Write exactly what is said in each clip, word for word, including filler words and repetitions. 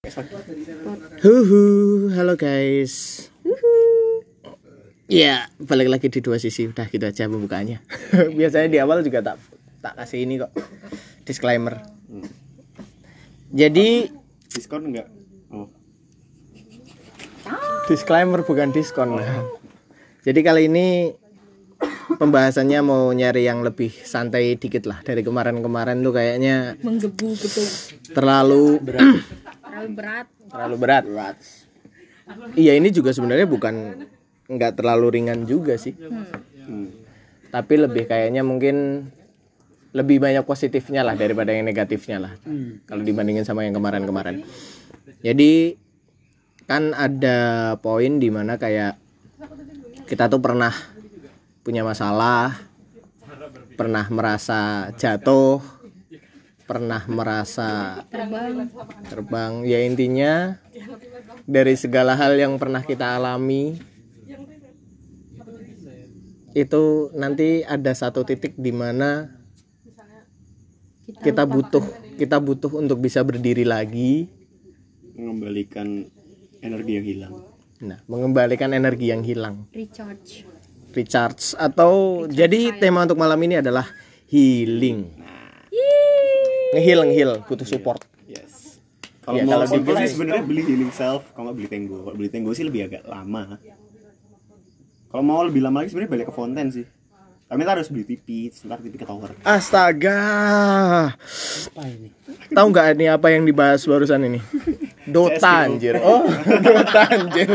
Huhu, halo guys. Iya, balik lagi di dua sisi. Udah gitu aja pembukaannya. Biasanya di awal juga tak tak kasih ini kok. Disclaimer. Jadi diskon enggak? Oh. Disclaimer bukan diskon. Jadi kali ini pembahasannya mau nyari yang lebih santai dikit lah. Dari kemarin-kemarin tuh kayaknya menggebu betul. Terlalu berat. Terlalu berat. Terlalu berat. berat. Iya, ini juga sebenarnya bukan nggak terlalu ringan juga sih. Hmm. Hmm. Tapi lebih kayaknya mungkin lebih banyak positifnya lah daripada yang negatifnya lah. Hmm. Kalau dibandingin sama yang kemarin-kemarin. Jadi kan ada poin di mana kayak kita tuh pernah punya masalah, pernah merasa jatuh, pernah merasa terbang. Terbang. Ya intinya dari segala hal yang pernah kita alami itu nanti ada satu titik di mana kita butuh kita butuh untuk bisa berdiri lagi, mengembalikan energi yang hilang. Nah, mengembalikan energi yang hilang. Recharge. Recharge atau Recharge jadi saya. Tema untuk malam ini adalah healing. Nge-heal, nge-heal, butuh support. Yes. Kalau ya, mau simpel sih sebenarnya beli healing self, kalau nggak beli Tenggo. Kalau beli Tenggo sih lebih agak lama. Kalau mau lebih lama lagi sebenarnya balik ke Fonten sih. Tapi kita harus beli T V, sebentar T V ke tower. Astaga. Apa ini? Tahu nggak ini apa yang dibahas barusan ini? Dota anjir. Oh, Dota anjir.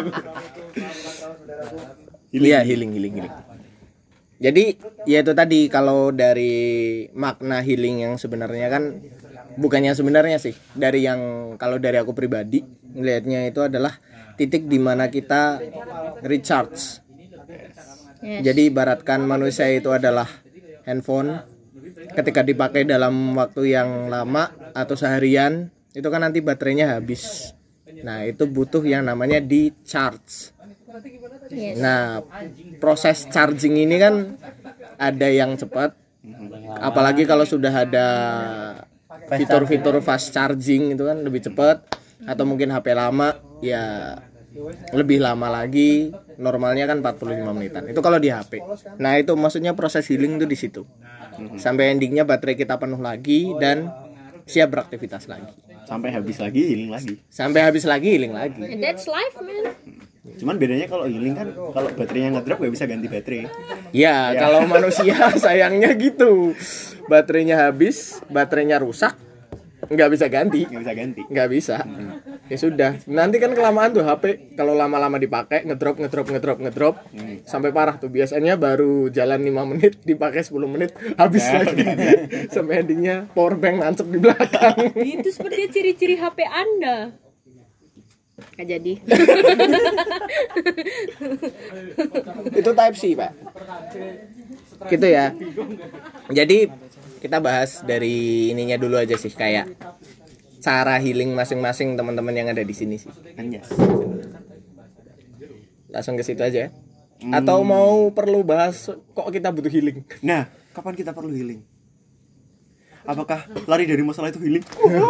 Iya, healing, healing, healing. Jadi, ya itu tadi kalau dari makna healing yang sebenarnya kan bukannya sebenarnya sih, dari yang kalau dari aku pribadi melihatnya itu adalah titik di mana kita recharge. Yes. Jadi ibaratkan manusia itu adalah handphone, ketika dipakai dalam waktu yang lama atau seharian itu kan nanti baterainya habis. Nah, itu butuh yang namanya di charge. Yes. Nah, proses charging ini kan ada yang cepat, apalagi kalau sudah ada fitur-fitur fast charging itu kan lebih cepat, atau mungkin H P lama ya lebih lama lagi, normalnya kan empat puluh lima menitan. Itu kalau di H P. Nah, itu maksudnya proses healing itu di situ. Sampai endingnya baterai kita penuh lagi dan siap beraktivitas lagi. Sampai habis lagi healing lagi. Sampai habis lagi healing lagi. And that's life, man. Cuman bedanya kalau healing kan kalau baterainya ngedrop gak bisa ganti baterai. Ya, ya. Kalau manusia sayangnya gitu. Baterainya habis, baterainya rusak, nggak bisa ganti. Nggak bisa ganti. Nggak bisa. Hmm. Ya sudah. Nanti kan kelamaan tuh H P kalau lama-lama dipakai ngedrop ngedrop ngedrop ngedrop hmm. sampai parah tuh. Biasanya baru jalan lima menit dipakai sepuluh menit habis ya, lagi. Sampai endingnya power bank nancep di belakang. Itu seperti ciri-ciri H P Anda. Gak jadi. Itu type C, Pak. Gitu ya. Jadi kita bahas dari ininya dulu aja sih, kayak cara healing masing-masing teman-teman yang ada di sini sih. Anjas. Langsung ke situ aja. Atau mau perlu bahas kok kita butuh healing? Nah, kapan kita perlu healing? Apakah lari dari masalah itu healing?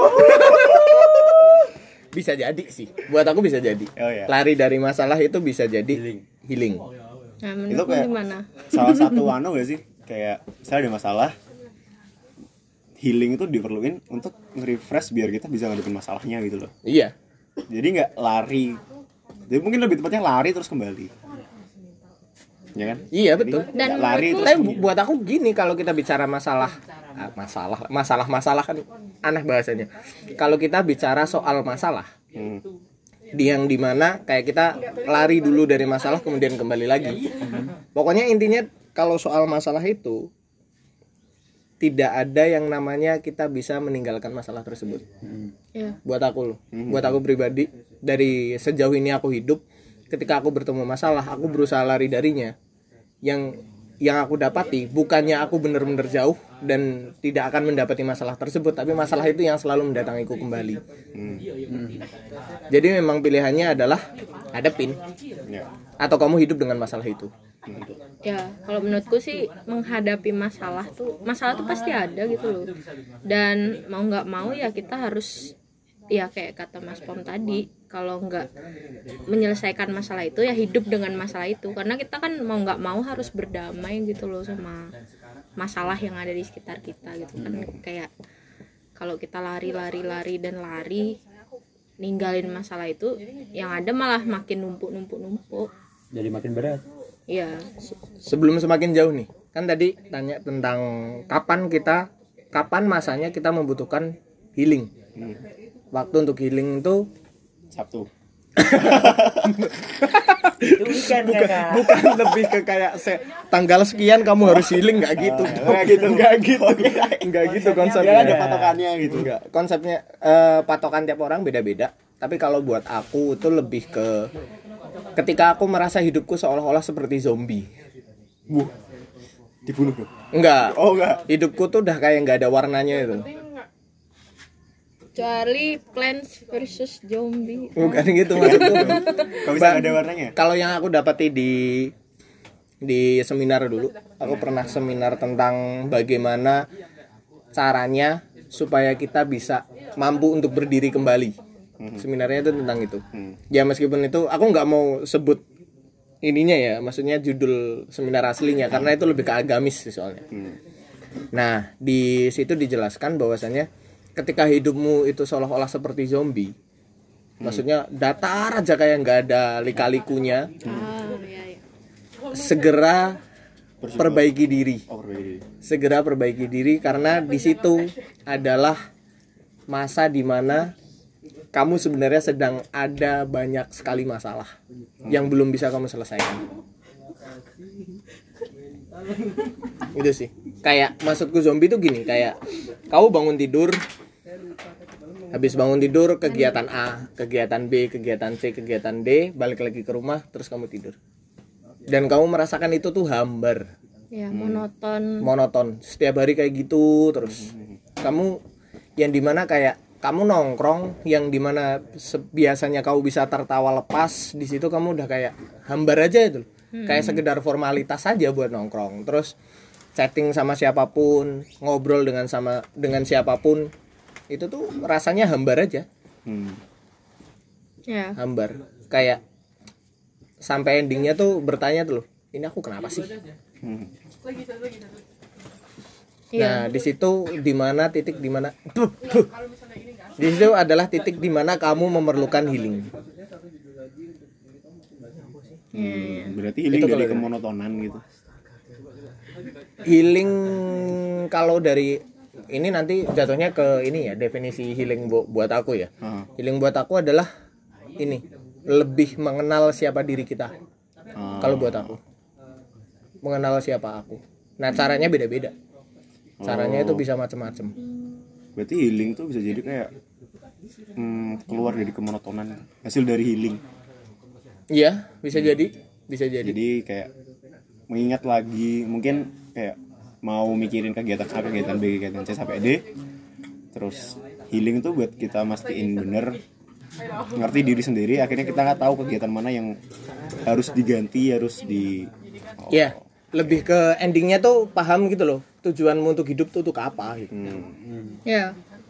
Bisa jadi sih. Buat aku bisa jadi. Oh, iya. Lari dari masalah itu bisa jadi healing. healing. Nah, itu kayak gimana? Salah satu anu gak sih? Kayak saya ada masalah, healing itu diperluin untuk nge-refresh biar kita bisa ngadepin masalahnya gitu loh. Iya. Jadi nggak lari. Jadi mungkin lebih tepatnya lari terus kembali. Ya kan? Iya, betul. Dan lari terus. Tapi bu- buat aku gini, kalau kita bicara masalah masalah masalah masalah kan aneh bahasanya. Kalau kita bicara soal masalah, hmm. di yang dimana kayak kita lari dulu dari masalah kemudian kembali lagi. Hmm. Pokoknya intinya kalau soal masalah itu tidak ada yang namanya kita bisa meninggalkan masalah tersebut. Hmm. Yeah. Buat aku loh, hmm. buat aku pribadi, dari sejauh ini aku hidup, ketika aku bertemu masalah, aku berusaha lari darinya. Yang yang aku dapati bukannya aku benar-benar jauh dan tidak akan mendapati masalah tersebut, tapi masalah itu yang selalu mendatangiku kembali. Hmm. Hmm. Jadi memang pilihannya adalah hadapin, yeah. atau kamu hidup dengan masalah itu. Ya, kalau menurutku sih menghadapi masalah tuh, masalah tuh pasti ada gitu loh. Dan mau nggak mau ya kita harus ya kayak kata Mas Pom tadi, kalau nggak menyelesaikan masalah itu ya hidup dengan masalah itu, karena kita kan mau nggak mau harus berdamai gitu loh sama masalah yang ada di sekitar kita gitu kan. Kayak kalau kita lari-lari-lari dan lari ninggalin masalah itu, yang ada malah makin numpuk-numpuk-numpuk. Jadi makin berat. Iya. Sebelum semakin jauh nih, kan tadi tanya tentang kapan kita, kapan masanya kita membutuhkan healing. Hmm. Waktu untuk healing itu Sabtu. Itu weekend bukan, kan. bukan lebih ke kayak se- tanggal sekian kamu harus healing, nggak gitu. Nggak gitu. Nggak gitu. Nggak gitu Dia konsepnya. ada patokannya gitu. Enggak, konsepnya eh, patokan tiap orang beda-beda. Tapi kalau buat aku itu lebih ke ketika aku merasa hidupku seolah-olah seperti zombie. Wuh. Dibunuh dong. Enggak. Oh enggak. Hidupku tuh udah kayak nggak ada warnanya itu. Kecuali Plants versus Zombie. Bukan gitu maksudku. Kalau bisa ada warnanya. Kalau yang aku dapati di di seminar dulu, aku pernah seminar tentang bagaimana caranya supaya kita bisa mampu untuk berdiri kembali. Hmm. Seminarnya itu tentang itu. Hmm. Ya meskipun itu aku nggak mau sebut ininya ya, maksudnya judul seminar aslinya karena itu lebih ke agamis sih soalnya. Hmm. Nah di situ dijelaskan bahwasannya ketika hidupmu itu seolah-olah seperti zombie, hmm. maksudnya datar aja kayak nggak ada lika-likunya. Ah, iya, iya. Segera perbaiki diri. Oh, perbaiki diri. Segera perbaiki diri karena di situ adalah masa dimana kamu sebenarnya sedang ada banyak sekali masalah hmm. yang belum bisa kamu selesaikan. Itu sih. Kayak maksudku zombie tuh gini, kayak kamu bangun tidur, habis bangun tidur kegiatan A, kegiatan B, kegiatan C, kegiatan D, balik lagi ke rumah, terus kamu tidur. Dan kamu merasakan itu tuh hambar. Ya, monoton. Monoton. Setiap hari kayak gitu terus. Kamu yang dimana kayak kamu nongkrong, yang dimana biasanya kamu bisa tertawa lepas, di situ kamu udah kayak hambar aja itu. Hmm. Kayak sekedar formalitas aja buat nongkrong. Terus chatting sama siapapun, ngobrol dengan sama dengan siapapun. Itu tuh rasanya hambar aja. Hmm. Ya. Hambar. Kayak sampai endingnya tuh bertanya tuh loh, ini aku kenapa sih? Hmm. Nah, di situ di mana titik di mana di situ adalah titik di mana kamu memerlukan healing. Hmm, berarti healing itu dari kemonotonan gitu. Healing kalau dari ini nanti jatuhnya ke ini ya, definisi healing bu- buat aku ya. Uh. Healing buat aku adalah ini, lebih mengenal siapa diri kita. Uh. Kalau buat aku, mengenal siapa aku. Nah caranya beda-beda. Caranya oh. itu bisa macam-macam. Berarti healing tuh bisa jadi kayak hmm, keluar dari kemonotonan, hasil dari healing. Iya, bisa hmm. jadi, bisa jadi. Jadi kayak mengingat lagi, mungkin kayak mau mikirin kegiatan A, kegiatan B, kegiatan C sampai D. Terus healing tuh buat kita mastiin bener, ngerti diri sendiri. Akhirnya kita nggak tahu kegiatan mana yang harus diganti, harus di. Iya, oh. lebih ke endingnya tuh paham gitu loh. Tujuanmu untuk hidup tuh untuk apa gitu. Hmm. Ya.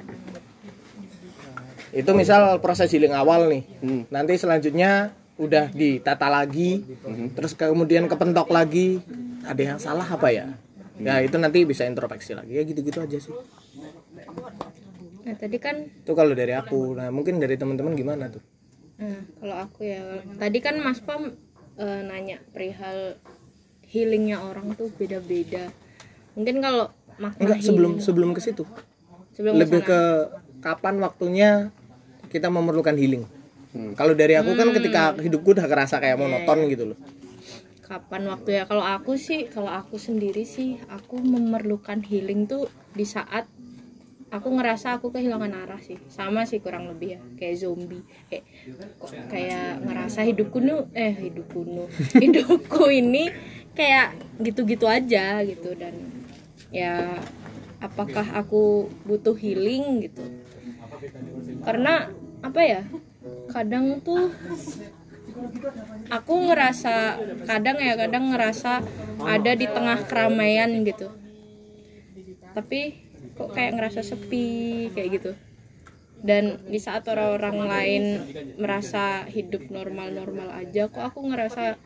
Itu misal proses healing awal nih. Hmm. Nanti selanjutnya udah ditata lagi, hmm. terus kemudian kepentok lagi. Ada yang salah apa ya? Hmm. Ya itu nanti bisa introspeksi lagi. Ya gitu-gitu aja sih. Nah, tadi kan itu kalau dari aku. Nah, mungkin dari teman-teman gimana tuh? Nah, kalau aku ya, tadi kan Mas Pam e, nanya perihal healingnya orang tuh beda-beda. Mungkin kalau makna enggak sebelum sebelum ke situ. Sebelum lebih ke kapan waktunya kita memerlukan healing. Hmm. Kalau dari aku hmm. kan ketika hidupku udah kerasa kayak monoton yeah. gitu loh. Kapan waktu ya? Kalau aku sih, kalau aku sendiri sih, aku memerlukan healing tuh di saat aku ngerasa aku kehilangan arah sih. Sama sih kurang lebih ya, kayak zombie. Kayak kayak ngerasa hidupku nu eh hidupku nu. Hidupku ini kayak gitu-gitu aja gitu, dan ya apakah aku butuh healing gitu, karena apa ya, kadang tuh aku ngerasa kadang ya kadang ngerasa ada di tengah keramaian gitu, tapi kok kayak ngerasa sepi kayak gitu. Dan di saat orang-orang lain merasa hidup normal-normal aja, kok aku ngerasa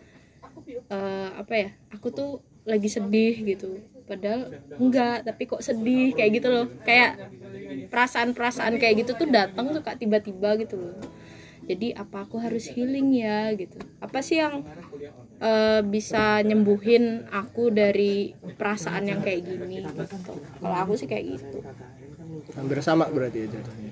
uh, apa ya, aku tuh lagi sedih gitu. Padahal enggak, tapi kok sedih kayak gitu loh. Kayak perasaan-perasaan kayak gitu tuh datang tuh kak tiba-tiba gitu loh. Jadi apa aku harus healing ya gitu. Apa sih yang uh, bisa nyembuhin aku dari perasaan yang kayak gini gitu. Kalau aku sih kayak gitu. Hampir sama berarti ya jatuhnya.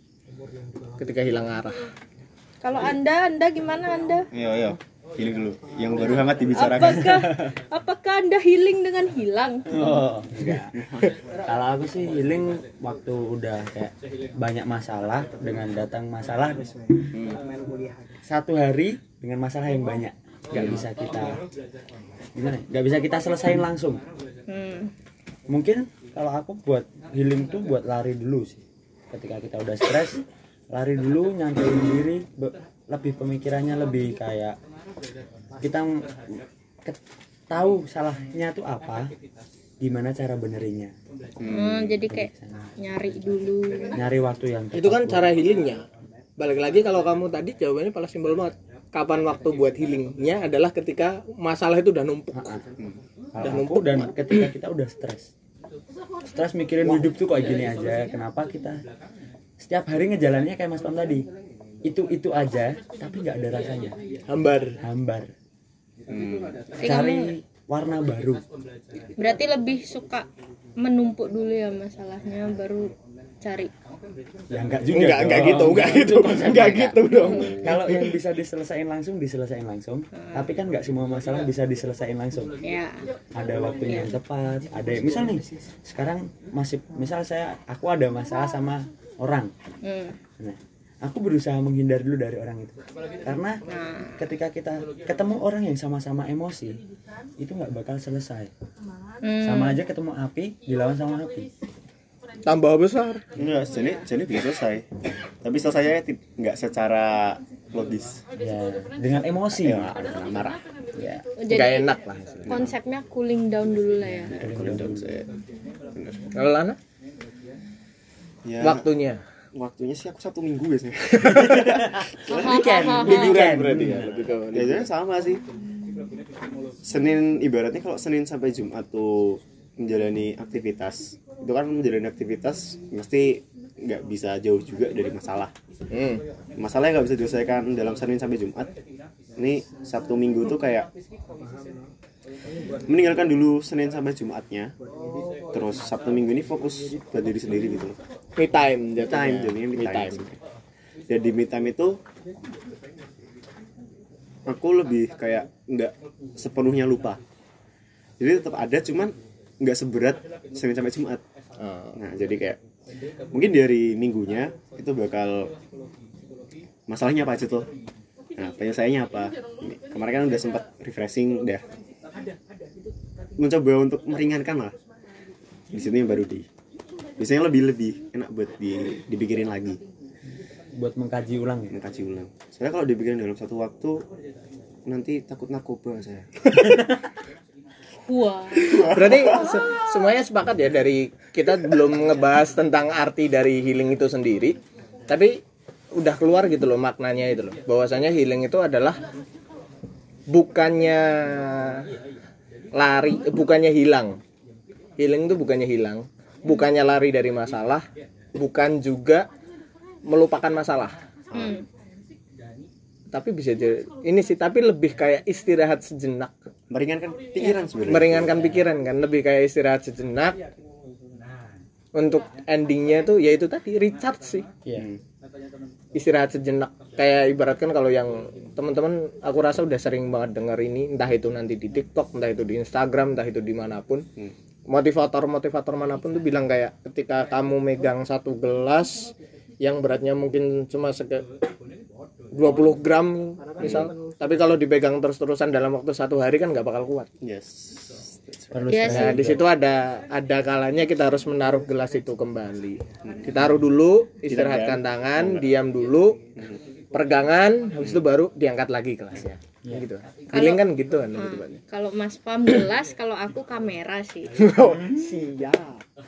Ketika hilang arah. Kalau Anda, Anda gimana Anda? Iya, iya. Healing dulu. Yang baru hangat dibicarakan. Apakah apakah Anda healing dengan hilang? Oh, enggak. Kalau aku sih healing waktu udah kayak banyak masalah dengan datang masalah. Hmm. Satu hari dengan masalah yang banyak. Enggak bisa kita gimana? Enggak bisa kita selesain langsung. Hmm. Mungkin kalau aku buat healing tuh buat lari dulu sih. Ketika kita udah stres, lari dulu, nyantuin diri, be- lebih pemikirannya lebih kayak kita ke- tahu salahnya tuh apa, gimana cara benerinnya. Hmm, jadi kayak nyari dulu. Nyari waktu yang tepat. Itu kan cara healingnya. Balik lagi kalau kamu tadi jawabannya paling simpel banget. Kapan waktu buat healingnya adalah ketika masalah itu udah numpuk. Hmm. Udah numpuk dan ketika kita udah stres. Stres mikirin hidup tuh kok gini aja. Kenapa kita setiap hari ngejalannya kayak Mas Pam tadi? Itu itu aja, tapi nggak ada rasanya. Hambar. Hambar. Hmm. Cari warna baru. Berarti lebih suka menumpuk dulu ya masalahnya, baru cari. Ya enggak juga. Enggak, enggak gitu, enggak gitu. Enggak gitu dong. Kalau yang bisa diselesain langsung, diselesain langsung. Tapi kan enggak semua masalah bisa diselesain langsung. Ya. Ada waktunya yang tepat, ada misal nih, sekarang masih misal saya aku ada masalah sama orang. Hmm. Nah, aku berusaha menghindar dulu dari orang itu. Karena ketika kita ketemu orang yang sama-sama emosi, itu enggak bakal selesai. Hmm. Sama aja ketemu api dilawan sama api. Tambah besar. Enggak, jadi jadi bisa selesai. Tapi selesainya nggak secara logis. Ya, dengan emosi. Ya, marah. Ya. Jadi Gak enak lah. Konsepnya cooling down dulu lah ya. Cooling down saya. Kalau Lana? Ya, waktunya. Waktunya sih aku satu minggu biasanya. Weekend, weekend berarti ya. Lebih ke Biasanya sama sih. Senin ibaratnya kalau Senin sampai Jumat tuh menjalani aktivitas, itu kan menjalani aktivitas mesti nggak bisa jauh juga dari masalah. Hmm. Masalahnya nggak bisa diselesaikan dalam Senin sampai Jumat. Ini Sabtu Minggu tuh kayak meninggalkan dulu Senin sampai Jumatnya, terus Sabtu Minggu ini fokus buat diri sendiri gitu loh. Me time, Me time, jadinya me time. Dan di me time itu aku lebih kayak nggak sepenuhnya lupa. Jadi tetap ada, cuman nggak seberat Senin sampai Jumat. Nah jadi kayak mungkin dari minggunya itu bakal masalahnya apa aja tuh. Nah penyelesaiannya apa. Kemarin kan udah sempat refreshing, udah mencoba untuk meringankan lah. Di situ yang baru di biasanya lebih lebih enak buat di, dipikirin lagi. Buat mengkaji ulang ya. Mengkaji ulang. Soalnya kalau dipikirin dalam satu waktu nanti takut narkoba saya. Wah. Berarti se- semuanya sepakat ya, dari kita belum ngebahas tentang arti dari healing itu sendiri, tapi udah keluar gitu loh maknanya itu loh. Bahwasanya healing itu adalah bukannya lari, bukannya hilang. Healing itu bukannya hilang, bukannya lari dari masalah, bukan juga melupakan masalah. Hmm. Tapi bisa jadi ini sih, tapi lebih kayak istirahat sejenak, meringankan pikiran sebenarnya. Meringankan pikiran kan, lebih kayak istirahat sejenak. Untuk endingnya tuh yaitu tadi recharge sih. Yeah. Istirahat sejenak. Kayak ibaratkan kalau yang teman-teman aku rasa udah sering banget denger ini, entah itu nanti di TikTok, entah itu di Instagram, entah itu dimanapun. Hmm. Motivator-motivator manapun tuh bilang kayak ketika kamu megang satu gelas yang beratnya mungkin cuma sekitar dua puluh gram misal, tapi kalau dipegang terus-terusan dalam waktu satu hari kan nggak bakal kuat. Yes. Perlu Yes. Nah, di situ ada ada kalanya kita harus menaruh gelas itu kembali. Ditaruh dulu, istirahatkan tangan, diam dulu, pergangan, habis itu baru diangkat lagi gelasnya. Ya. Gitu. Feeling kan gitu kan. Hmm, kalau Mas Pam gelas, kalau aku kamera sih. Oh, siap.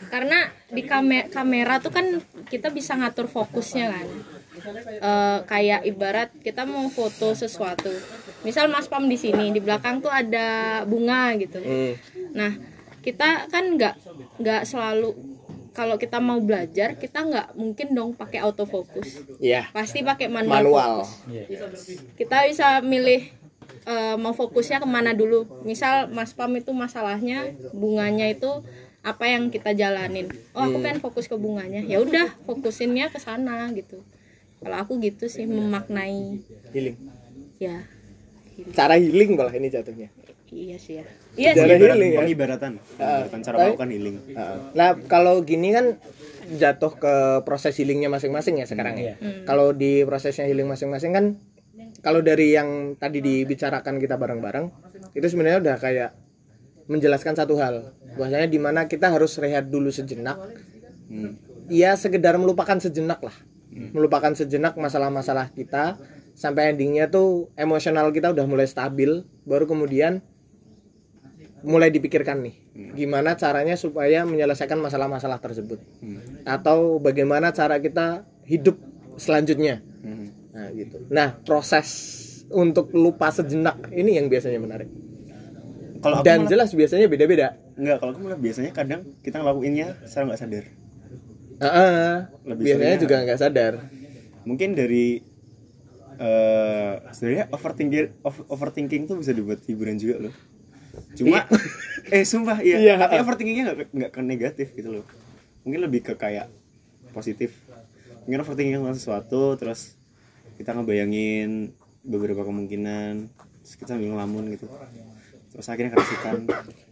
karena di kame- kamera tuh kan kita bisa ngatur fokusnya kan. Uh, kayak ibarat kita mau foto sesuatu, misal Mas Pam di sini, di belakang tuh ada bunga gitu. Hmm. Nah kita kan nggak nggak selalu, kalau kita mau belajar kita nggak mungkin dong pakai autofocus. Yeah. Pasti pakai manual. manual. Kita bisa milih uh, mau fokusnya kemana dulu. Misal Mas Pam itu masalahnya bunganya itu apa yang kita jalanin. Oh aku pengen fokus ke bunganya. Ya udah fokusinnya ke sana gitu. Kalau aku gitu sih memaknai healing. Ya. Healing. Cara healing malah ini jatuhnya. Iya sih ya. Iya sih. Healing ya. Pengibaratan. Uh, cara melakukan healing. Uh, nah, kalau gini kan jatuh ke proses healingnya masing-masing ya sekarang ya. Hmm. Kalau di prosesnya healing masing-masing kan, kalau dari yang tadi dibicarakan kita bareng-bareng, itu sebenarnya udah kayak menjelaskan satu hal. Bahwasanya di mana kita harus rehat dulu sejenak. Hmm. Ya sekedar melupakan sejenak lah. Hmm. Melupakan sejenak masalah-masalah kita sampai endingnya tuh emosional kita udah mulai stabil, baru kemudian mulai dipikirkan nih hmm. gimana caranya supaya menyelesaikan masalah-masalah tersebut, hmm. atau bagaimana cara kita hidup selanjutnya. hmm. Nah gitu. Nah proses untuk lupa sejenak ini yang biasanya menarik. Kalau dan malah, jelas biasanya beda-beda. Enggak, kalau aku malah biasanya kadang kita ngelakuinnya secara nggak sadar. Uh-uh, biasanya juga nggak sadar. Mungkin dari uh, sebenarnya overthinking overthinking tuh bisa dibuat hiburan juga loh. Cuma eh sumpah iya, yeah. Tapi overthinkingnya nggak nggak ke negatif gitu loh. Mungkin lebih ke kayak positif. Mungkin overthinking tentang sesuatu, terus kita ngebayangin beberapa kemungkinan, terus kita sambil ngelamun gitu. Terus akhirnya kerasukan.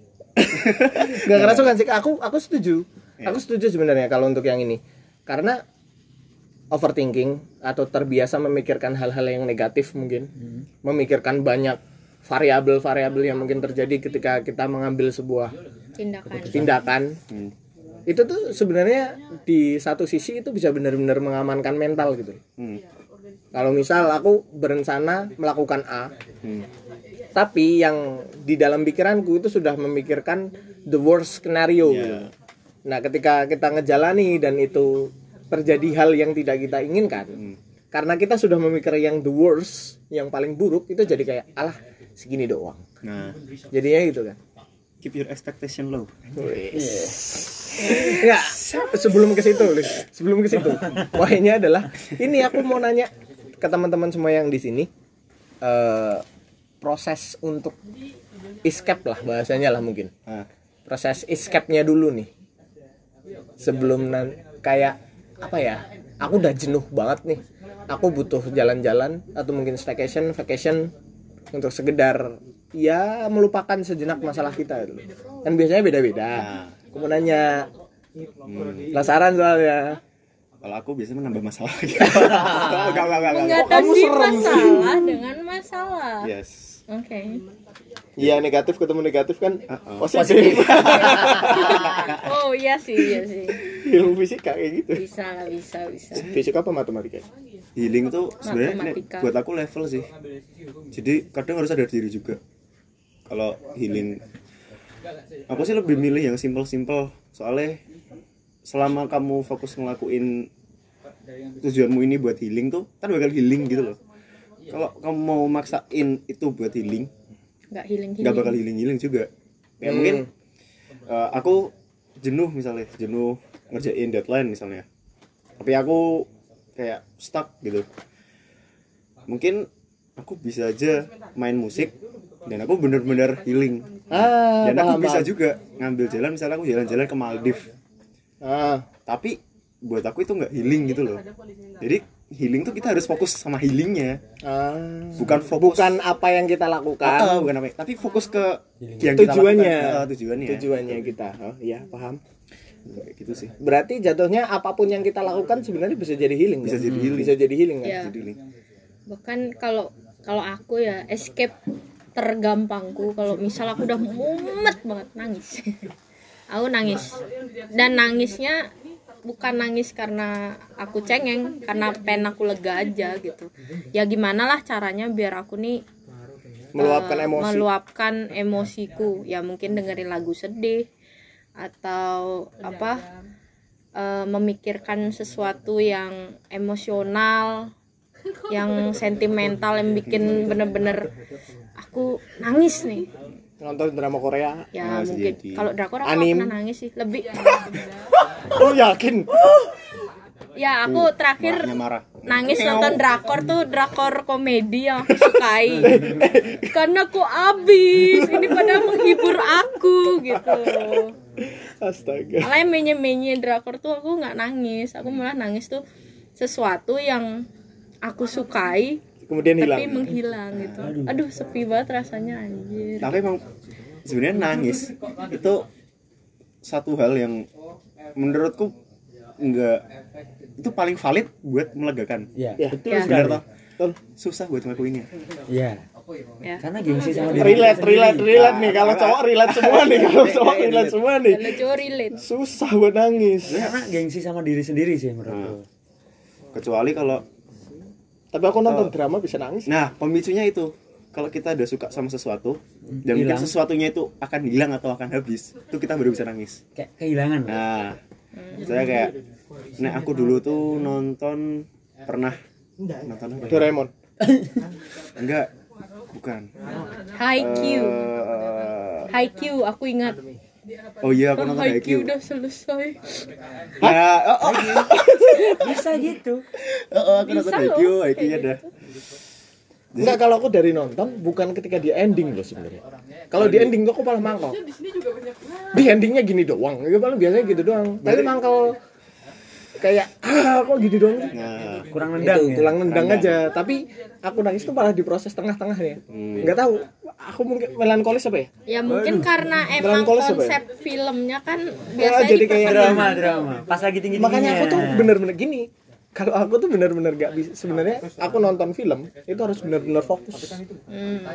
Nggak kerasukan sih. Aku aku setuju. Yeah. Aku setuju sebenarnya kalau untuk yang ini. Karena overthinking atau terbiasa memikirkan hal-hal yang negatif mungkin, hmm. memikirkan banyak variabel-variabel yang mungkin terjadi ketika kita mengambil sebuah tindakan. Tindakan. Hmm. Itu tuh sebenarnya di satu sisi itu bisa benar-benar mengamankan mental gitu. Hmm. Kalau misal aku berencana melakukan A, hmm. tapi yang di dalam pikiranku itu sudah memikirkan the worst scenario. Yeah. Gitu. Nah, ketika kita ngejalani dan itu terjadi hal yang tidak kita inginkan, hmm. karena kita sudah memikir yang the worst, yang paling buruk, itu jadi kayak alah segini doang. Nah, jadinya gitu kan. Keep your expectation low. Yes. Enggak, sebelum ke situ, sebelum ke situ. Poinnya adalah ini aku mau nanya ke teman-teman semua yang di sini, uh, proses untuk escape lah bahasanya lah mungkin. Ah. Proses escape-nya dulu nih. Sebelum nan- kayak apa ya? Aku udah jenuh banget nih. Aku butuh jalan-jalan atau mungkin staycation, vacation untuk sekedar ya melupakan sejenak masalah kita dulu. Kan biasanya beda-beda. Nah. Aku mau nanya. Hmm. Penasaran soalnya. Kalau aku biasanya menambah masalah. Mengatasi masalah dengan masalah. Yes. Oke. Okay. Iya, negatif ketemu negatif kan uh-uh. positif. Oh iya sih, iya sih. Ilmu fisika kayak gitu. Bisa lah, bisa, bisa. Fisika apa matematika? Healing tuh sebenarnya buat aku level sih. Jadi kadang harus sadar diri juga. Kalau healing, aku sih lebih milih yang simple-simple. Soalnya selama kamu fokus ngelakuin tujuanmu ini buat healing tuh kan bakal healing gitu loh. Kalau kamu mau maksain itu buat healing, nggak healing healing nggak bakal healing healing juga. Ya hmm. mungkin uh, aku jenuh misalnya, jenuh ngerjain deadline misalnya, tapi aku kayak stuck gitu. Mungkin aku bisa aja main musik dan aku bener-bener healing. Ah, dan aku paham, bisa paham. juga ngambil jalan, misalnya aku jalan-jalan ke Maldives. Ah. Tapi buat aku itu nggak healing gitu loh. Jadi healing tuh kita harus fokus sama healingnya, ah, bukan fokus bukan apa yang kita lakukan, uh, bukan apa, tapi fokus ke yang tujuannya, kita lakukan, uh, tujuannya, tujuannya kita. Oh iya paham. Gitu sih. Berarti jatuhnya apapun yang kita lakukan sebenarnya bisa jadi healing. Bisa kan? jadi healing. Bisa jadi healing. Ya. Kan? Jadi healing. Bahkan kalau kalau aku ya escape tergampangku kalau misal aku udah mumet banget nangis. Aku nangis dan nangisnya bukan nangis karena aku cengeng, karena pen aku lega aja gitu. Ya gimana lah caranya biar aku nih meluapkan uh, emosi. Meluapkan emosiku. Ya mungkin dengerin lagu sedih atau apa uh, memikirkan sesuatu yang emosional, yang sentimental, yang bikin bener-bener aku nangis nih. Nonton drama Korea. Ya Nah, mungkin jadi. kalau drakor aku Anim. nggak pernah nangis sih, lebih Oh yakin? ya aku terakhir Marahnya marah. nangis nonton drakor tuh drakor komedi yang aku sukai karena kok abis ini pada menghibur aku gitu. Astaga. Malah yang menye-menye drakor tuh aku nggak nangis, aku malah nangis tuh sesuatu yang aku sukai Kemudian hilang. tapi menghilang gitu. Aduh sepi banget rasanya anjir. Tapi emang sebenarnya nangis itu satu hal yang menurutku enggak itu paling valid buat melegakan. Iya, Ya. betul Ya. Benar sekali. toh? Susah buat ngelakuinnya. Iya. Ya. Karena gengsi sama diri Relate, kita relate, sendiri. relate nih. Kalau cowok relate semua nih. Kalau cowok relate semua nih. Kalau cowok relate. Susah buat nangis. Karena gengsi sama diri sendiri sih menurutku. Kecuali kalau Tapi aku nonton drama bisa nangis. nah, pemicunya itu kalau kita udah suka sama sesuatu dan mungkin Hilang. sesuatunya itu akan hilang atau akan habis, itu kita baru bisa nangis. Kayak kehilangan. Nah, saya kayak nah aku dulu tuh nonton pernah nonton apa ya? Doraemon. Enggak, bukan. Haiq. Eh, Haiq aku ingat. oh iya aku nonton Haiq Haikyuu. udah selesai. Nah, oh, oh, Bisa gitu. oh, oh, aku nonton Bisa loh, Haikyuu, kayak Haikyuu dah. Enggak, kalau aku dari nonton bukan ketika dia ending loh sebenarnya. Kalau di ending tuh aku malah mangkal. Di endingnya gini doang. Ya paling biasanya gitu doang. Tapi mangkal kayak ah kok gitu doang. Nah, Kurang nendang Itu, ya. tulang nendang aja. Tapi aku nangis tuh malah di proses tengah-tengahnya. Enggak tahu. Aku mungkin melankolis apa ya? Ya mungkin karena emang Melankolis apa ya? konsep filmnya kan biasanya jadi kayak diperkenalkan. Drama, drama. Pas lagi tinggi-tingginya. Makanya aku tuh bener-bener gini. Kalau aku tuh bener-bener gak bisa. Sebenarnya aku nonton film itu harus bener-bener fokus. Hmm.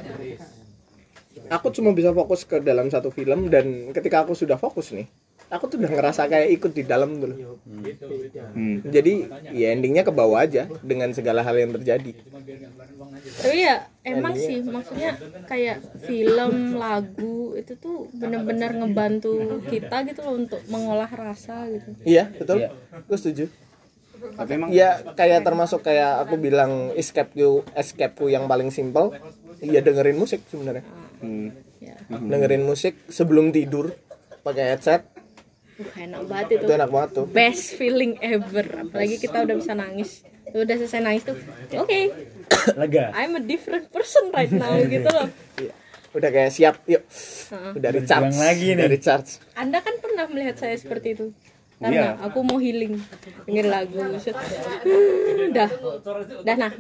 Aku cuma bisa fokus ke dalam satu film, dan ketika aku sudah fokus nih, aku tuh udah ngerasa kayak ikut di dalam dulu. hmm. Jadi ya endingnya ke bawah aja dengan segala hal yang terjadi. Tapi ya emang sih maksudnya kayak film, lagu itu tuh bener-bener ngebantu kita gitu loh untuk mengolah rasa gitu. Iya betul, aku setuju. Tapi emang Ya kayak termasuk kayak aku bilang escape-ku, escape-ku yang paling simple, iya dengerin musik sebenarnya. hmm. Ya, Dengerin musik sebelum tidur pakai headset, uh, enak banget itu. itu enak banget tuh. Best feeling ever. Apalagi kita udah bisa nangis. Tuh, udah selesai nangis tuh. Oke, Lega. I'm a different person right now gitu loh. Iya. Udah kayak siap, yuk. Udah recharge Berjuang lagi nih. Udah recharge. Anda kan pernah melihat saya seperti itu. Ntar Iya. nggak, aku mau healing, denger lagu, set. dah, dah nah.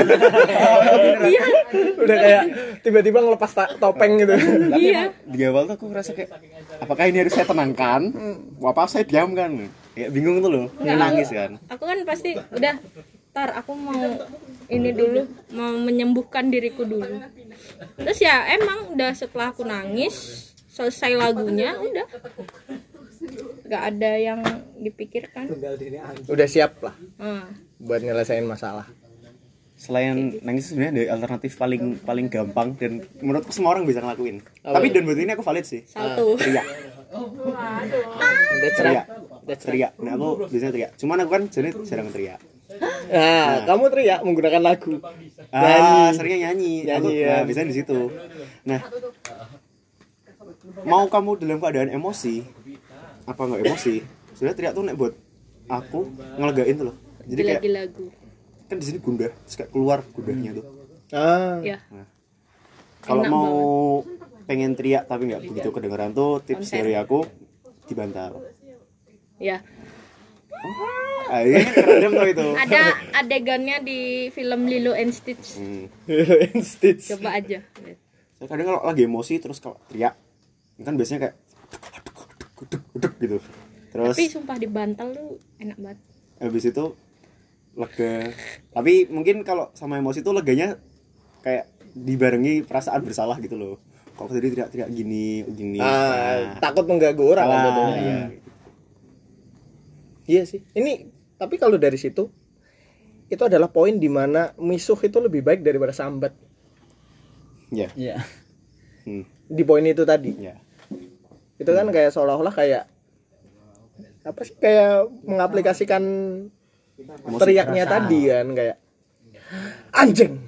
Iya, Udah kayak tiba-tiba ngelepas ta- topeng gitu. iya. di awal tuh aku ngerasa kayak apakah ini harus saya tenangkan? Apa saya diamkan? Kayak bingung tuh loh. Nggak, Nangis aku- kan. Aku kan pasti udah, tar aku mau ini dulu, mau menyembuhkan diriku dulu. Terus ya emang udah setelah aku nangis, selesai lagunya, udah. Gak ada yang dipikirkan. Udah siap lah Hmm. buat nyelesain masalah. Selain nangis sebenarnya ada alternatif paling paling gampang dan menurutku semua orang bisa ngelakuin. Apa Tapi itu? dan buat ini aku valid sih. Salto. Teriak, Udah teriak, That's teriak. Nah aku biasanya teriak. Cuman aku kan jadi jarang teriak. Nah, kamu teriak menggunakan lagu. Ah, seringnya nyanyi. Aku Nyanyi, ya. nah, biasanya di situ. Nah, mau kamu dalam keadaan emosi apa nggak emosi? Sebenarnya teriak tuh nek buat aku ngelegain tuh loh. Jadi kayak Lagi lagu. kan di sini gundah, terus kayak keluar gundahnya tuh. Ah, Ya. Kalau Enak mau pengen teriak tapi nggak begitu kedengeran tuh tips Konten. dari aku dibantal. Ya. Ah, ini keren tuh itu. Ada adegannya di film Lilo and Stitch. Hmm. Stitch. Coba aja. Saya kadang kalau lagi emosi terus kalau teriak, kan biasanya kayak guduk guduk gitu. Terus Tapi sumpah dibantal tuh enak banget. habis itu lega. Tapi mungkin kalau sama emosi tuh leganya kayak dibarengi perasaan bersalah gitu loh. Kok tadi teriak-teriak gini, gini. Ah, takut mengganggu orang kan Ah, jatuhnya. iya. Iya sih. Ini tapi kalau dari situ itu adalah poin di mana misuh itu lebih baik daripada sambat. Ya. Iya. Hmm. Di poin itu tadi. Ya. Itu kan kayak seolah-olah kayak apa sih, kayak mengaplikasikan teriaknya tadi kan, kayak anjing.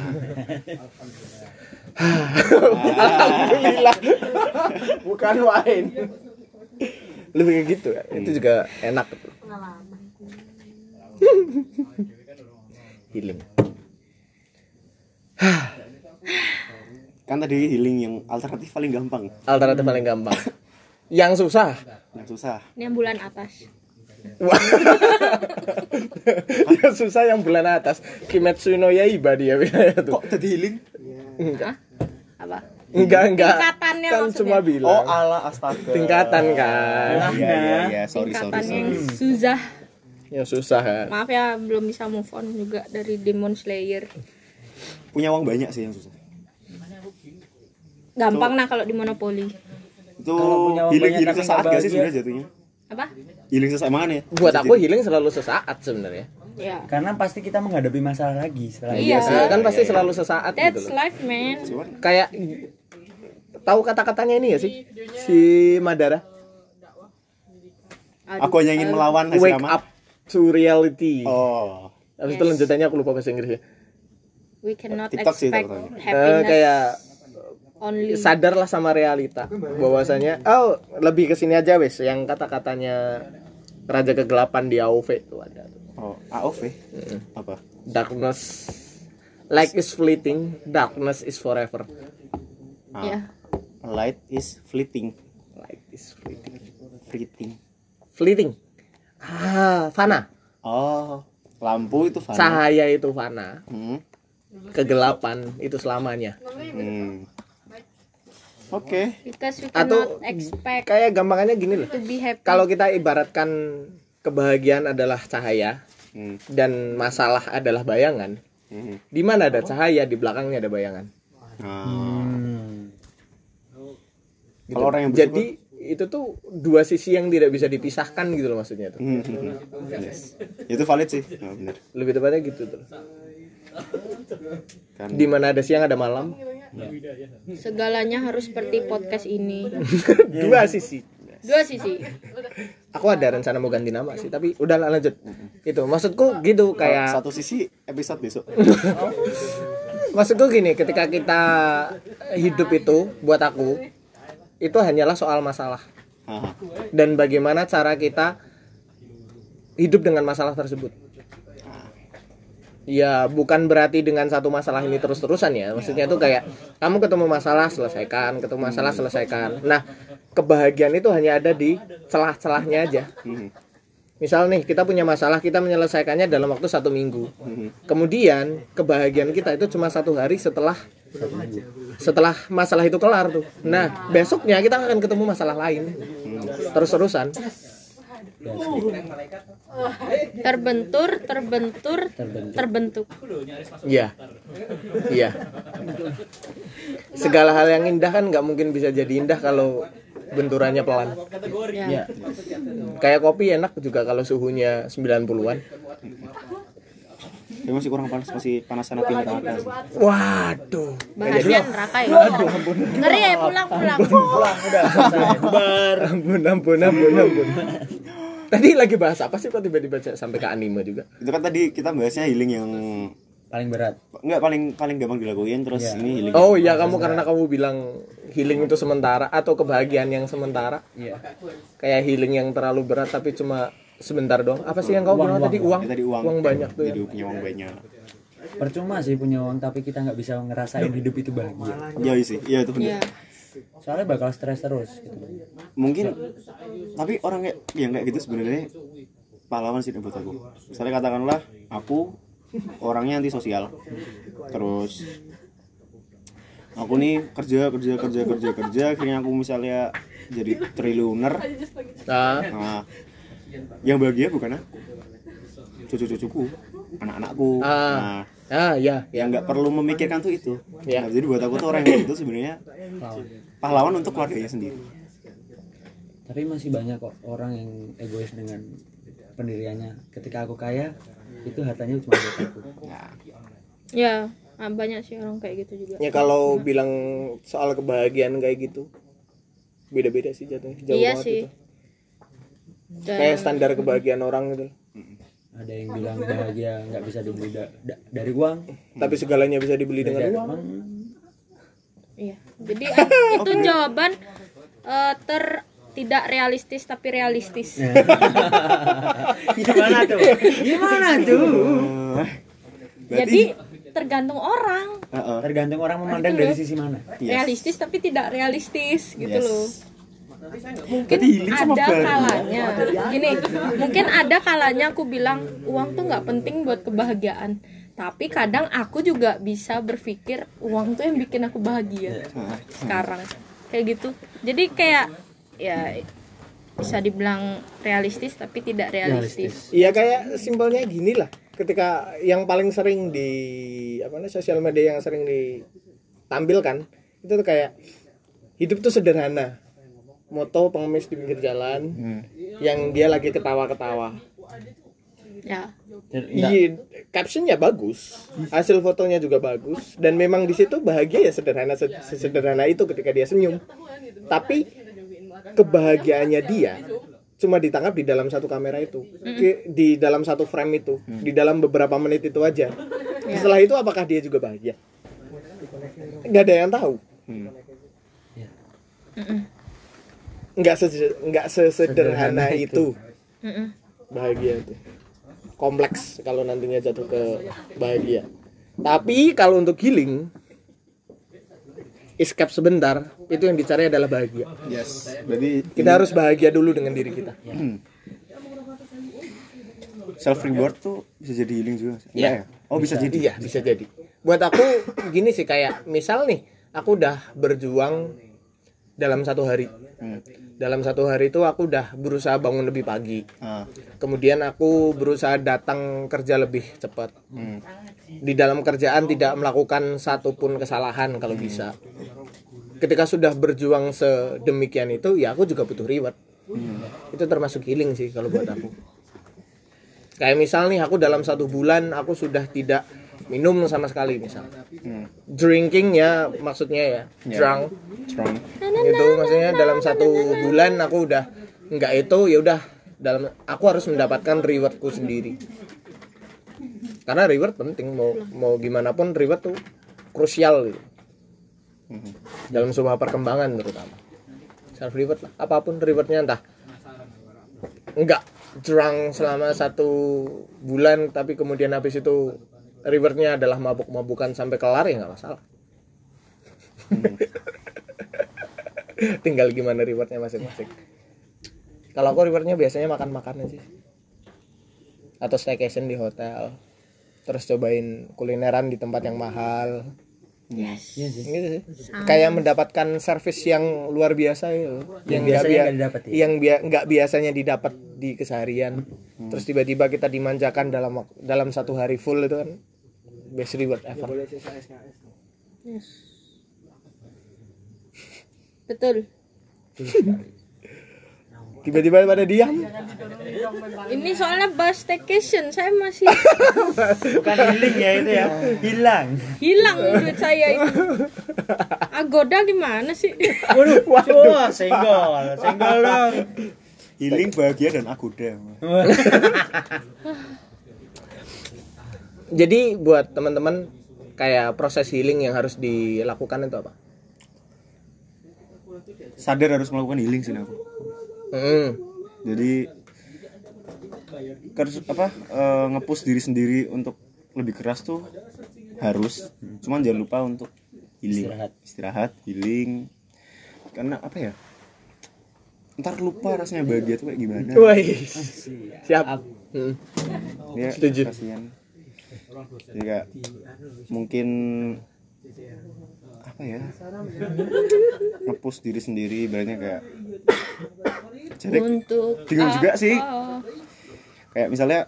Alhamdulillah. Bukan wine. Lebih kayak gitu ya. Itu juga enak tuh. Healing. Kan tadi healing yang alternatif paling gampang. Alternatif paling gampang. Yang susah. Yang susah. Ini yang bulan atas. Wah. Yang susah yang bulan atas. Kimetsu no Yaiba dia tuh. Kok tadi healing? Enggak. Apa? Enggak, enggak. Tingkatannya Kan maksudnya. cuma bilang. Oh, ala astaga. Tingkatan kan. Iya iya iya, sorry sorry. Tingkatan yang sorry. susah. Yang susah kan. Maaf ya, belum bisa move on juga dari Demon Slayer. Punya uang banyak sih yang susah. Gampang nah kalau di Monopoly. Itu Kalau punya uang healing banyak healing tapi sesaat nggak gak sih bahagia. sebenarnya jatuhnya? Apa? Healing sesaat mana ya? Buat aku healing selalu sesaat sebenarnya. Ya. Karena pasti kita menghadapi masalah lagi setelah Iya. itu. Iya, kan iya, pasti iya. selalu sesaat gitu That's loh. life, man. Cuman Kayak tahu kata-katanya ini ya sih? Si Madara. Aduh, aku hanya ingin aduh. melawan Wake Hashirama. up to reality. Oh. Habis itu Yes. lanjutannya aku lupa bahasa Inggrisnya. We cannot TikTok sih expect tahu-tahu. Eh, happiness kayak only. sadarlah sama realita bahwasanya oh lebih ke sini aja wes yang kata-katanya Raja Kegelapan di A O V itu ada tuh. Oh, A O V. Apa? Darkness light is fleeting, darkness is forever. Ah, Ya. Light is fleeting. Light is fleeting. Fleeting. Fleeting. Ah, fana. Oh, lampu itu fana. Cahaya itu fana. Hmm. Kegelapan itu selamanya. Hmm. Oke. Because we Atau cannot expect kayak gampangannya gini loh. to be happy. Kalau kita ibaratkan kebahagiaan adalah cahaya Hmm. dan masalah adalah bayangan, Hmm. di mana ada cahaya di belakangnya ada bayangan. Nah, Hmm. Gitu. Kalau orang yang bersyukur- Jadi itu tuh dua sisi yang tidak bisa dipisahkan gitu loh maksudnya tuh. Hmm. Yes. Itu valid sih. Oh, benar. Lebih tepatnya gitu tuh. Kan Di mana ada siang ada malam. segalanya harus seperti podcast ini. Dua sisi. Dua sisi. Aku ada rencana mau ganti nama sih, tapi udah lah, lanjut. Itu maksudku gitu kayak satu sisi episode besok. maksudku gini, ketika kita hidup itu buat aku itu hanyalah soal masalah Ah. dan bagaimana cara kita hidup dengan masalah tersebut. Ya bukan berarti dengan satu masalah ini terus-terusan ya. Maksudnya itu kayak kamu ketemu masalah selesaikan, ketemu masalah selesaikan. Nah, kebahagiaan itu hanya ada di celah-celahnya aja. Hmm. Misal nih kita punya masalah, kita menyelesaikannya dalam waktu satu minggu. Kemudian kebahagiaan kita itu cuma satu hari setelah setelah masalah itu kelar tuh. Nah besoknya kita akan ketemu masalah lain terus-terusan. Terbentur, terbentur, terbentuk. Iya, iya. Segala hal yang indah kan nggak mungkin bisa jadi indah kalau benturannya pelan. Ya. Kayak kopi enak juga kalau suhunya sembilan puluhan. Tapi masih kurang panas, masih panasan api neraka sih. Waduh. Bahasnya neraka ya. Ngeri ya, pulang-pulang. Pulang udah selesai. Bubar. Ampun, ampun, ampun, ampun. Tadi lagi bahas apa sih kok tiba-tiba sampai ke anime juga? Itu kan tadi kita bahasnya healing yang Paling berat. enggak paling paling gampang dilakuin, terus Iya. ini healing. Oh iya, kamu karena kamu bilang healing itu sementara atau kebahagiaan yang sementara. Iya. Kayak healing yang terlalu berat tapi cuma sebentar doang. Apa sih yang kamu Uang, bilang uang, tadi? Uang. Ya, tadi uang. Uang banyak tuh ya. Jadi punya uang banyak. Percuma sih punya uang tapi kita nggak bisa ngerasain hidup itu bahagia. Iya sih, iya itu benar. Ya. Soalnya bakal stres terus gitu. Mungkin tapi orang kayak yang kayak gitu sebenarnya pahlawan sih buat aku. Misalnya katakanlah aku orangnya antisosial, terus aku nih kerja kerja kerja kerja kerja akhirnya aku misalnya jadi triliuner. Nah, Nah, yang bahagia bukan aku, cucu-cucuku, anak-anakku. Ah. Nah, ah ya, ya. yang nggak perlu memikirkan tuh itu. Ya. Nah, jadi buat aku tuh orang yang itu sebenarnya pahlawan untuk keluarganya sendiri. Tapi masih banyak kok orang yang egois dengan pendiriannya. Ketika aku kaya, itu hartanya cuma buat aku. Nah, Ya, banyak sih orang kayak gitu juga. Ya kalau bilang soal kebahagiaan kayak gitu, beda-beda sih jatuhnya, jauh Iya banget sih. itu. Kayak standar kebahagiaan orang gitu. Ada yang bilang bahagia nggak bisa dibeli da- da- dari uang, Tapi segalanya bisa dibeli dengan Dari uang. Iya. Jadi ah, itu jawaban eh, ter tidak realistis tapi realistis. Gimana tuh? Gimana tuh? Jadi tergantung orang. Heeh. Tergantung orang memandang Itu dari loh. sisi mana. Yes. Realistis tapi tidak realistis gitu Yes. loh. Mungkin Berarti healing sama ada bahagia. kalanya gini, mungkin ada kalanya aku bilang uang tuh nggak penting buat kebahagiaan, tapi kadang aku juga bisa berpikir uang tuh yang bikin aku bahagia sekarang kayak gitu. Jadi kayak ya bisa dibilang realistis tapi tidak realistis. Iya kayak simpelnya gini lah. Ketika yang paling sering di apa namanya sosial media yang sering ditampilkan itu tuh kayak hidup tuh sederhana. Moto pengemis di pinggir jalan Hmm. yang dia lagi ketawa-ketawa. Ya. Iya, captionnya bagus, hasil fotonya juga bagus, dan memang di situ bahagia ya sederhana sederhana itu ketika dia senyum. Tapi kebahagiaannya dia cuma ditangkap di dalam satu kamera itu, Di- di dalam satu frame itu, di dalam beberapa menit itu aja. Setelah itu apakah dia juga bahagia? Nggak ada yang tahu. Nggak se- nggak sesederhana itu Mm-mm. bahagia itu. Kompleks kalau nantinya jatuh ke bahagia. Tapi kalau untuk healing, escape sebentar, itu yang dicari adalah bahagia. Yes. Berarti Kita harus bahagia dulu dengan diri kita. self reward tuh bisa jadi healing juga. Iya. Enggak ya? Oh, bisa, jadi. Iya, bisa jadi. Buat aku gini sih, kayak misal nih, aku udah berjuang dalam satu hari. Hmm. Dalam satu hari itu aku udah berusaha bangun lebih pagi. Ah. Kemudian aku berusaha datang kerja lebih cepat. Hmm. Di dalam kerjaan tidak melakukan satupun kesalahan kalau bisa. Ketika sudah berjuang sedemikian itu, ya aku juga butuh reward. Itu termasuk healing sih kalau buat aku. Kayak misal nih, aku dalam satu bulan aku sudah tidak minum sama sekali misal. Hmm. Drinking ya maksudnya ya, Ya. drunk. Strong. Itu maksudnya dalam satu bulan aku udah enggak itu, ya udah dalam aku harus mendapatkan rewardku sendiri. Karena reward penting, mau mau gimana pun reward tuh krusial gitu. Dalam sebuah perkembangan terutama. Self reward lah, apapun rewardnya, entah enggak drunk selama satu bulan tapi kemudian habis itu rewardnya adalah mabuk-mabukan sampai kelar, ya nggak masalah. Tinggal gimana rewardnya masing-masing. Kalau aku rewardnya biasanya makan-makan aja, atau staycation di hotel, terus cobain kulineran di tempat yang mahal. Yes. Iya sih. Gitu sih. Kayak mendapatkan servis yang luar biasa ya, yang nggak biasanya bia- nggak didapat ya? yang bia- nggak biasanya didapat di keseharian. Terus tiba-tiba kita dimanjakan dalam wak- dalam satu hari full, itu kan best reward ever. Yes. Betul. Tiba-tiba pada diam. Ini soalnya bahas staycation, saya masih Bukan healing ya itu ya, hilang. hilang duit saya itu. Agoda gimana sih? Waduh, wah, senggol, senggol dong. Healing, bahagia, dan agoda. Jadi buat teman-teman, kayak proses healing yang harus dilakukan itu apa? Sadar harus melakukan healing sih aku. Hmm. Jadi harus apa eh, nge-push diri sendiri untuk lebih keras tuh harus. Cuman jangan lupa untuk healing. Istirahat. Istirahat, healing. Karena apa ya? Ntar lupa rasanya bahagia tuh kayak gimana. Wih. Siap. Hmm. Ya, Setuju. kasihan. Jadi kayak mungkin apa ya, nge-push diri sendiri, ibaratnya kayak jadi Untuk bingung juga sih. apa? Kayak misalnya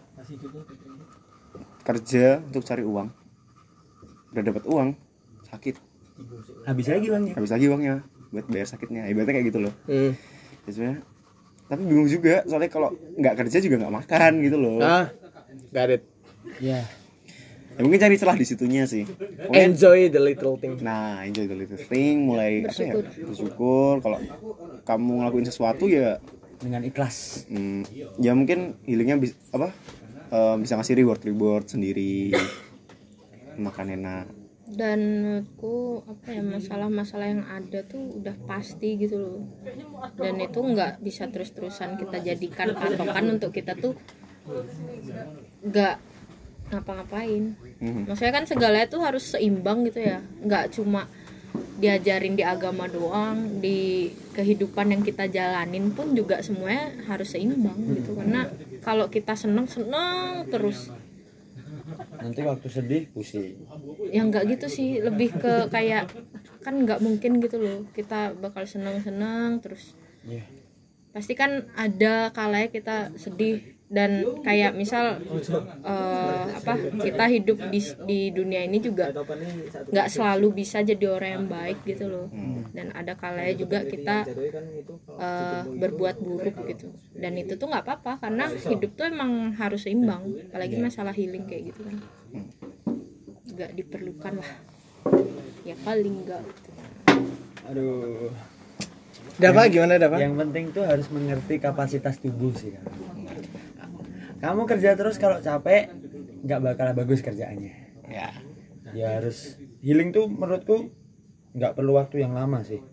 kerja untuk cari uang, udah dapat uang, sakit, Habis lagi uangnya. habis lagi uangnya buat bayar sakitnya, ibaratnya kayak gitu loh. Hmm. Ya sebenarnya, tapi bingung juga soalnya kalau nggak kerja juga nggak makan gitu loh. Ah, got it. Ya. Ya mungkin cari celah di situnya sih. Pokoknya- Enjoy the little thing. Nah, enjoy the little thing, mulai apa ya, Bersyukur. bersyukur. Kalau kamu ngelakuin sesuatu ya dengan ikhlas. hmm, ya mungkin healingnya bisa apa uh, bisa ngasih reward reward sendiri, makan enak. Dan menurutku apa ya, masalah-masalah yang ada tuh udah pasti gitu loh, dan itu nggak bisa terus-terusan kita jadikan patokan untuk kita tuh nggak ngapa-ngapain. Hmm. Maksudnya kan segalanya tuh harus seimbang gitu ya, nggak cuma diajarin di agama doang, di kehidupan yang kita jalanin pun juga semuanya harus seimbang gitu. Karena kalau kita seneng-seneng terus, Nanti waktu sedih pusing. ya nggak gitu sih, lebih ke kayak kan nggak mungkin gitu loh kita bakal seneng-seneng terus. Iya. Pasti kan ada kalanya kita sedih, dan kayak misal uh, apa kita hidup di di dunia ini juga nggak selalu bisa jadi orang yang baik gitu loh, dan ada kalanya juga kita uh, berbuat buruk gitu, dan itu tuh nggak apa-apa karena hidup tuh emang harus seimbang, apalagi masalah healing kayak gitu kan nggak diperlukan lah ya, paling nggak gitu. Aduh. Dapat gimana dapat? Yang penting tuh harus mengerti kapasitas tubuh sih kan. Kamu kerja terus kalau capek nggak bakal bagus kerjaannya. Ya. Ya harus healing tuh menurutku nggak perlu waktu yang lama sih.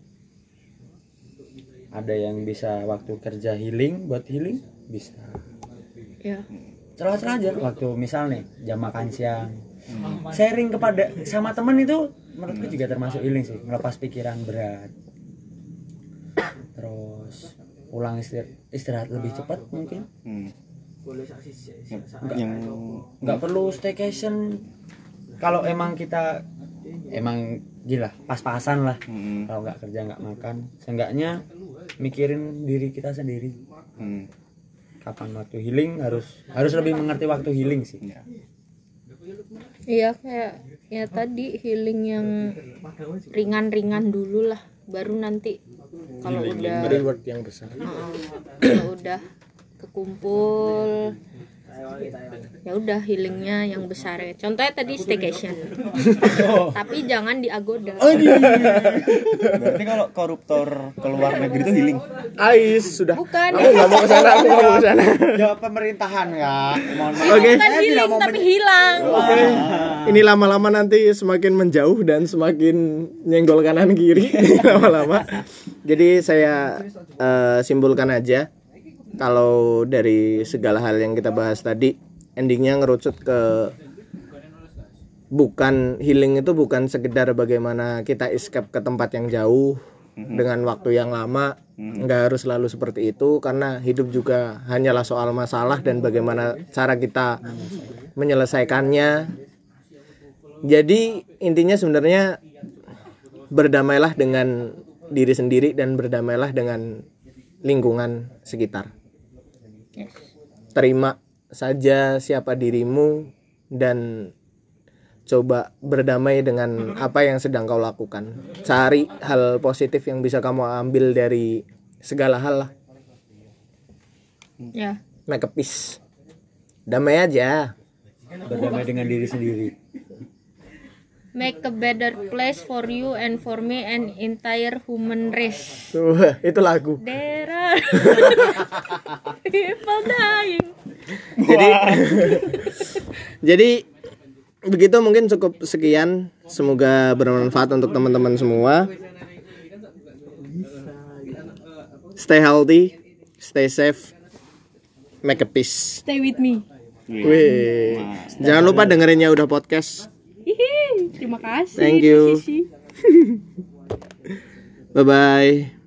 Ada yang bisa waktu kerja healing buat healing bisa. Ya. Celah-celah aja waktu misal nih jam makan siang. Sharing kepada sama temen itu menurutku juga termasuk healing sih, melepas pikiran berat. Terus pulang istirahat, istirahat lebih cepat mungkin. Hmm. Nggak, yang nggak perlu staycation. Kalau emang kita emang gila pas-pasan lah. hmm. Kalau nggak kerja nggak makan, seenggaknya mikirin diri kita sendiri. Hmm. Kapan waktu healing, harus harus lebih mengerti waktu healing sih. Ya. Iya, kayak ya tadi healing yang ringan-ringan dulu lah, baru nanti kalau udah Reward yang besar. uh, kalau udah kekumpul ya udah healingnya yang besar ya. Contohnya tadi staycation. Tapi jangan di Agoda. Berarti kalau koruptor keluar negeri itu healing. Ais sudah. Bukan. Aku nggak mau ke sana, aku nggak mau ke sana. Jawab pemerintahan ya. Mohon maaf. Oke. Bukan healing tapi hilang. Oke. Ini lama-lama nanti semakin menjauh dan semakin nyenggol kanan kiri lama-lama. Jadi saya uh, simpulkan aja, kalau dari segala hal yang kita bahas tadi, endingnya ngerucut ke bukan healing itu bukan sekedar bagaimana kita escape ke tempat yang jauh mm-hmm. dengan waktu yang lama, mm-hmm. nggak harus selalu seperti itu, karena hidup juga hanyalah soal masalah dan bagaimana cara kita menyelesaikannya. Jadi intinya sebenarnya berdamailah dengan diri sendiri dan berdamailah dengan lingkungan sekitar. Terima saja siapa dirimu dan coba berdamai dengan apa yang sedang kau lakukan. Cari hal positif yang bisa kamu ambil dari segala hal lah. Ya. Make a peace. Damai aja. Berdamai dengan diri sendiri. Make a better place for you and for me and entire human race. Tuh, itu lagu. There are people dying. Jadi Jadi begitu, mungkin cukup sekian. Semoga bermanfaat untuk teman-teman semua. Stay healthy, stay safe, make a peace. Stay with me. Wih. Jangan lupa dengerinnya udah podcast. Hihi, terima kasih. Thank you. Sisi. Bye bye.